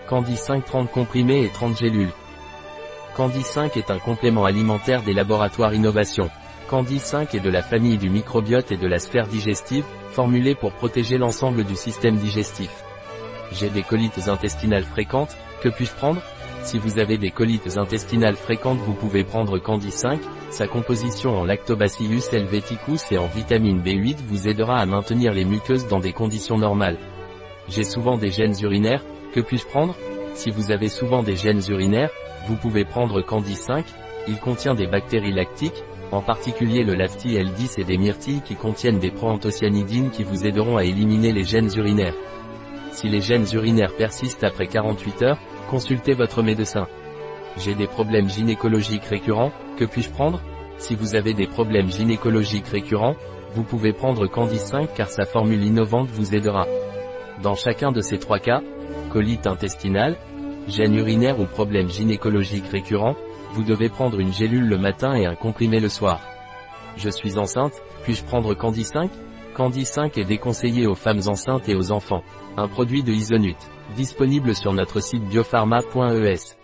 Candie 5 30 comprimés et 30 gélules. Candie 5 est un complément alimentaire des laboratoires Innovation. Candie 5 est de la famille du microbiote et de la sphère digestive, formulé pour protéger l'ensemble du système digestif. J'ai des colites intestinales fréquentes, que puis-je prendre? Si vous avez des colites intestinales fréquentes, vous pouvez prendre Candie 5, sa composition en Lactobacillus helveticus et en vitamine B8 vous aidera à maintenir les muqueuses dans des conditions normales. J'ai souvent des gènes urinaires, que puis-je prendre? Si vous avez souvent des gènes urinaires, vous pouvez prendre Candie 5, il contient des bactéries lactiques, en particulier le Lacti L10 et des myrtilles qui contiennent des proanthocyanidines qui vous aideront à éliminer les gènes urinaires. Si les gènes urinaires persistent après 48 heures, consultez votre médecin. J'ai des problèmes gynécologiques récurrents, que puis-je prendre? Si vous avez des problèmes gynécologiques récurrents, vous pouvez prendre Candie 5 car sa formule innovante vous aidera. Dans chacun de ces trois cas, colite intestinale, gènes urinaires ou problèmes gynécologiques récurrents, vous devez prendre une gélule le matin et un comprimé le soir. Je suis enceinte, puis-je prendre Candie 5? Candie 5 est déconseillé aux femmes enceintes et aux enfants. Un produit de Isonut. Disponible sur notre site biopharma.es.